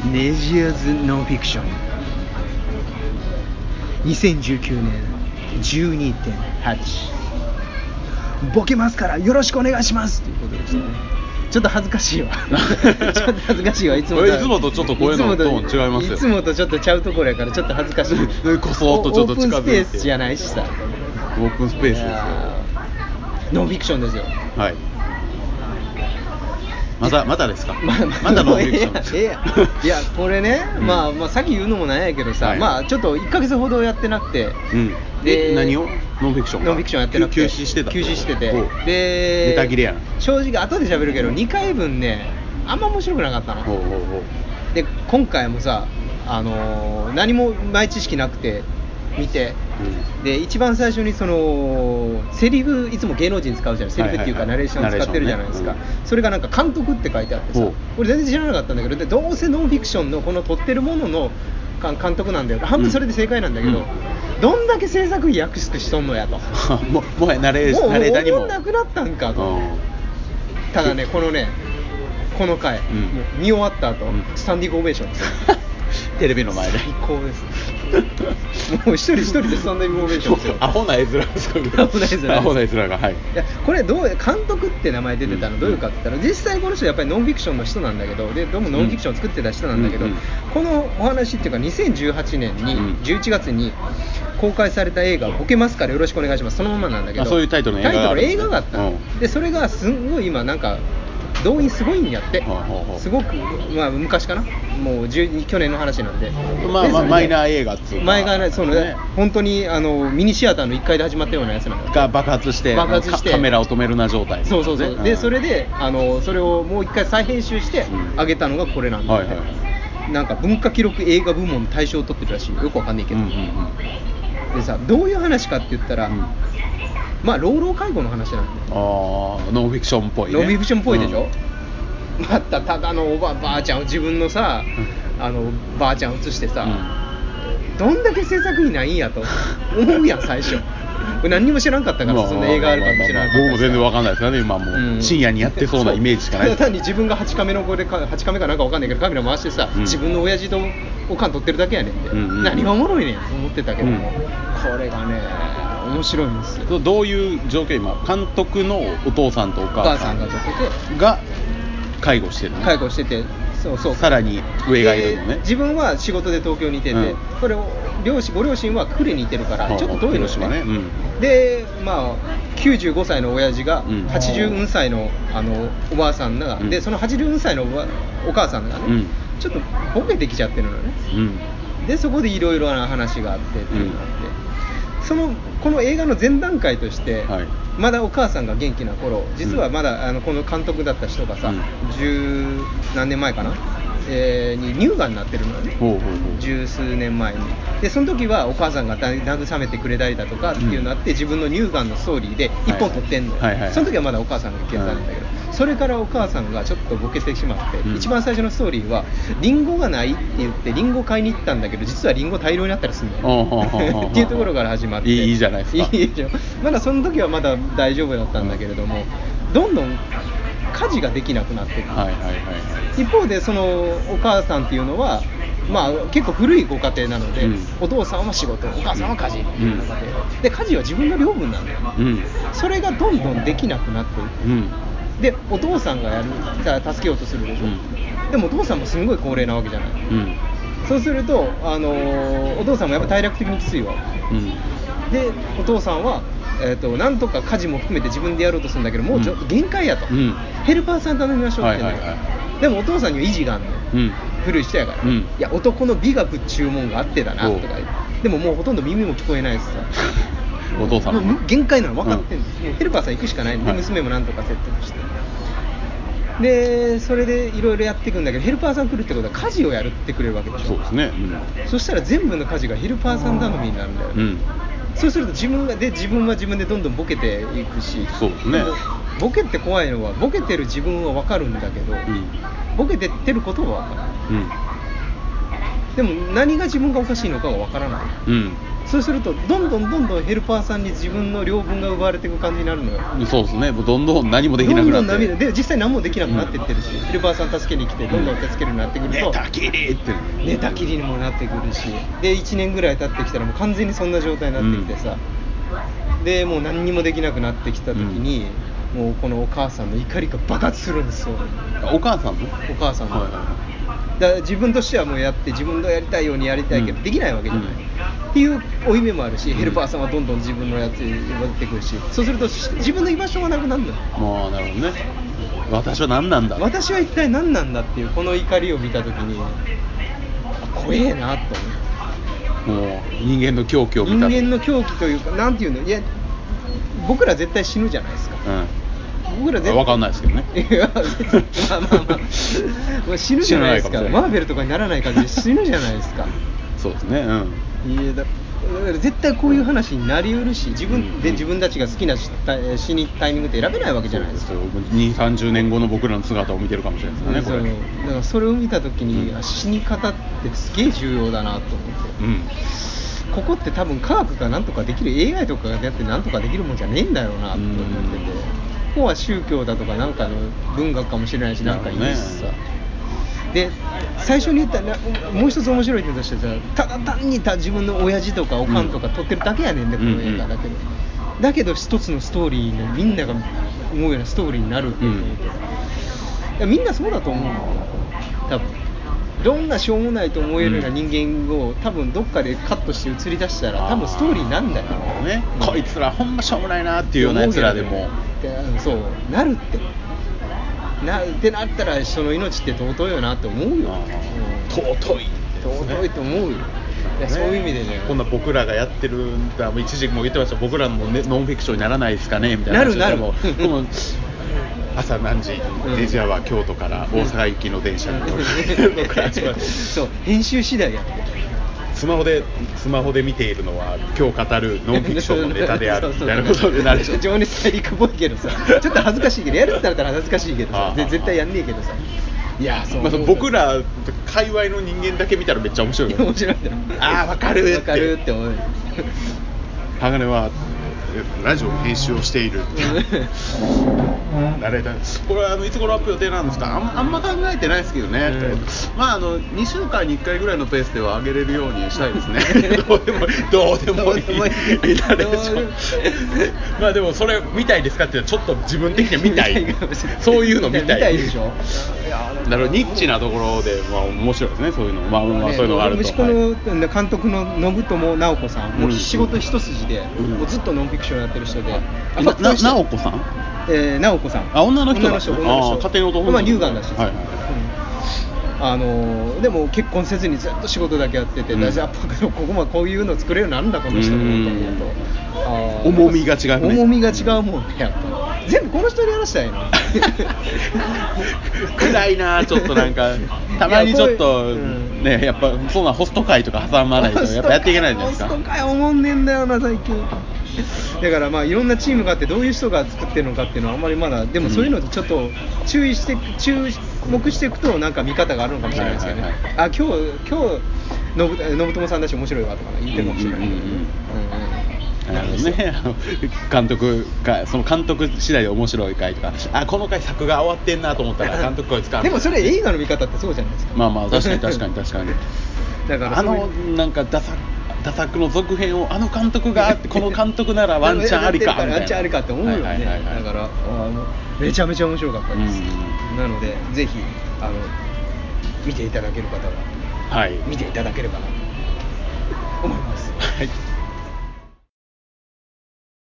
ネジアズノンフィクション2019年 12.8 ボケますからよろしくお願いしますということですね。ちょっと恥ずかしいわちょっと恥ずかしいわ。いつもとちょっと声のトーン違いますよ。 いつもとちょっとちゃうところやからちょっと恥ずかしいこそっとちょっと近づいて。 オープンスペースじゃないしさ。 オープンスペースですよ。 ノンフィクションですよ。 はい。またですか。またノンフィクションです。 いやこれね、まあさっき言うのもなんやけどさ、まあちょっと1ヶ月ほどやってなくて、 で何をノンフィクションやってなくて休止しててでネタ切れやな。 正直後で喋るけど2回分ねあんま面白くなかったの。で今回もさ、何も前知識なくて見て、で一番最初にそのセリフいつも芸能人使うじゃない、セリフっていうかナレーション使ってるじゃないですか、それがなんか監督って書いてあってさ、俺全然知らなかったんだけど、でどうせノンフィクションのこの撮ってるものの監督なんだよ、半分それで正解なんだけど、どんだけ制作費安くしとんのやともはやナレーターにももうなくなったんかと。ただねこの回、もう見終わった後、スタンディングオベーションですテレビの前で最高ですもう一人でスタンディングオベーションですよ。 アホな絵面が、はい。いやこれどう監督って名前出てたのどういうかって言ったら、実際この人やっぱりノンフィクションの人なんだけど、でどうもノンフィクションを作ってた人なんだけど、このお話っていうか2018年に11月に公開された映画ボケますからよろしくお願いしますそのままなんだけど、 そういうタイトルの映画があった、でそれがすごい今なんか動員すごいんやって、すごく、まあ、昔かな、もう去年の話なんで、 マイナー映画っていうか、 前がその、本当にミニシアターの1階で始まったようなやつなんだが爆発してカメラを止めるな状態、 そう、でそれでそれをもう1回再編集して上げたのがこれなんだって、なんか文化記録映画部門の大賞を取ってるらしいよ、よくわかんないけど、でさどういう話かって言ったら、まあ老老介護の話なんだよ。 ノンフィクションっぽいね。 ノンフィクションっぽいでしょ、またただのばあちゃんを自分のさ、ばあちゃんを映してさ、どんだけ制作費ないんやと思うやん最初何にも知らんかったから、そんな映画あるかもしれなかった。 僕も全然わかんないですからね、今もう深夜にやってそうなイメージしかない。 ただ単に自分が8カメの子で8カメかなんかわかんないけどカメラ回してさ、自分の親父とおかん撮ってるだけやねんって、何がおもろいねんと思ってたけども、これがね面白いんですよ。 どういう状況、今監督のお父さんとお母さんが介護してる、 介護してて、そうさらに上がいるのね。 自分は仕事で東京にいてて、これご両親は呉にいてるからちょっと遠いのよね。でまあ95歳の親父が80歳のおばあさんが、でその80歳のお母さんがね、ちょっとボケてきちゃってるのね、でそこでいろいろな話があってっていうのがあって、この映画の前段階として、まだお母さんが元気な頃、実はまだこの監督だった人がさ、十何年前かな、に乳がんになってるのね、十数年前に。でその時はお母さんが慰めてくれたりだとかっていうのあって、自分の乳がんのストーリーで一本撮ってんのよ、その時はまだお母さんが元気だったんだけど、それからお母さんがちょっとボケてしまって、一番最初のストーリーはリンゴがないって言ってリンゴ買いに行ったんだけど、実はリンゴ大量にあったりするのよっていうところから始まって、 いいじゃないですか。 いいじゃん。まだその時はまだ大丈夫だったんだけれども、どんどん家事ができなくなってくる、一方でそのお母さんっていうのは、まあ、結構古いご家庭なので、お父さんは仕事、お母さんは家事っていう中で、家事は自分の領分なんだよ、それがどんどんできなくなっていく、でお父さんが助けようとするでしょ、でもお父さんもすごい高齢なわけじゃない、そうするとお父さんもやっぱ体力的にきついわけ、でお父さんはなんとか家事も含めて自分でやろうとするんだけど、もうちょっと限界やと、ヘルパーさん頼みましょうって言うんだよ、でもお父さんには意地があるのよ、古い人やから、いや男の美学注文があってだなとか言って、でももうほとんど耳も聞こえないしさお父さんも限界なの分かってるんです、ヘルパーさん行くしかないので、娘もなんとか説得して、でそれでいろいろやっていくんだけど、ヘルパーさん来るってことは家事をやってくれるわけでしょ。 そうですね、 そしたら全部の家事がヘルパーさん頼みになるんだよ、そうすると自分は自分でどんどんボケていくし、 そうですね、 ボケって怖いのは、ボケてる自分は分かるんだけど、ボケてってることは分かる、でも何が自分がおかしいのかが分からない、 そうするとどんどんヘルパーさんに自分の領分が奪われていく感じになるのよ。 そうですね、もうどんどん何もできなくなって、 で実際何もできなくなっていってるし、ヘルパーさん助けに来てどんどん助けるようになってくると、 寝たきりって寝たきりにもなってくるし、で1年ぐらい経ってきたらもう完全にそんな状態になってきてさ、でもう何にもできなくなってきた時に、もうこのお母さんの怒りが爆発するんですよ。 お母さんの、 だから自分としてはもうやって自分のやりたいようにやりたいけどできないわけじゃない、っていう負い目もあるし、ヘルパーさんはどんどん自分のやつに奪ってくるし、そうすると自分の居場所がなくなるんだよ。 なるほどね。私は何なんだ、 私は一体何なんだっていうこの怒りを見た時に怖えなと思う。 もう人間の狂気を見た。 人間の狂気というか、なんていうの、いや僕ら絶対死ぬじゃないですか、僕ら絶対分かんないですけどね。 いやまあ死ぬじゃないですか。マーベルとかにならない限り死ぬじゃないですか。 そうですね。 いやだから絶対こういう話になりうるし、自分たちが好きな死にタイミングって選べないわけじゃないですか。 2、30年後の僕らの姿を見てるかもしれないですよね。 だからそれを見た時に、死に方ってすげえ重要だなと思って、ここって多分科学がなんとかできる AI とかがやってなんとかできるもんじゃねえんだよなと思ってて、ここは宗教だとかなんかの文学かもしれないし、なんかいいしさ、で最初に言ったもう一つ面白い点としてさ、ただ単に自分の親父とかおかんとか撮ってるだけやねんね、この映画だけど一つのストーリーのみんなが思うようなストーリーになるっていう、いやみんなそうだと思うのよ。多分どんなしょうもないと思えるような人間を多分どっかでカットして映り出したら多分ストーリーなんだよね、こいつらほんましょうもないなっていうようなやつらでもそうなるってなったらその命って尊いよなって思うよ。尊いと思うよ。いやそういう意味でね、 こんな僕らがやってる一時も言ってました、僕らも、ノンフィクションにならないですかねみたいな。 なる朝何時、電車は京都から大阪行きの電車に乗るそう編集次第やって、 スマホで見ているのは今日語るノンフィクションのネタであるみたいなことになる。 情熱大陸っぽいけどさ、ちょっと恥ずかしいけど、やるって言ったら恥ずかしいけどさ、絶対やんねえけどさ、いやそう、 僕ら界隈の人間だけ見たらめっちゃ面白い。 面白いんだ。 分かるって思う。 鋼はラジオの編集をしているこれはいつ頃アップ予定なんですか。あんま考えてないですけどね、2週間に1回ぐらいのペースでは上げれるようにしたいですね。どうでもいいまあでもそれ見たいですかってちょっと自分的には見たいそういうの見たいでしょ。 だからニッチなところで、面白いですね、そういうの。そういうのがあると。 息子の監督の信友直子さん、もう仕事一筋で、もうずっとノンフィクションやってる人で。 直子さん？ 直子さん。 女の人。家庭の男。 乳がんらしいです。でも結婚せずにずっと仕事だけやってて、やっぱこういうの作れるようになるんだこの人もと思うと、 重みが違うね。 重みが違うもんね、やっぱ全部この人にやらしたいの。 暗いな、ちょっとなんかたまにちょっとね、やっぱそんなホスト会とか挟まないとやっぱやっていけないじゃないですか。 ホスト会思んねんだよな最近。だからいろんなチームがあってどういう人が作ってるのかっていうのはあんまりまだでもそういうのちょっと注目していくとなんか見方があるのかもしれないですよね。今日信友さんだし面白いわとか言ってるかもしれないけど監督がその監督次第で面白い回とか、この回作が終わってんなと思ったら監督こいつかでもそれ映画の見方ってそうじゃないですか。 確かにだからなんかダ作の続編を監督があってこの監督ならワンチャンありかみたいな、 ワンチャンありかって思うよね。だからめちゃめちゃ面白かったです。なのでぜひ見ていただける方は見ていただければなと思います。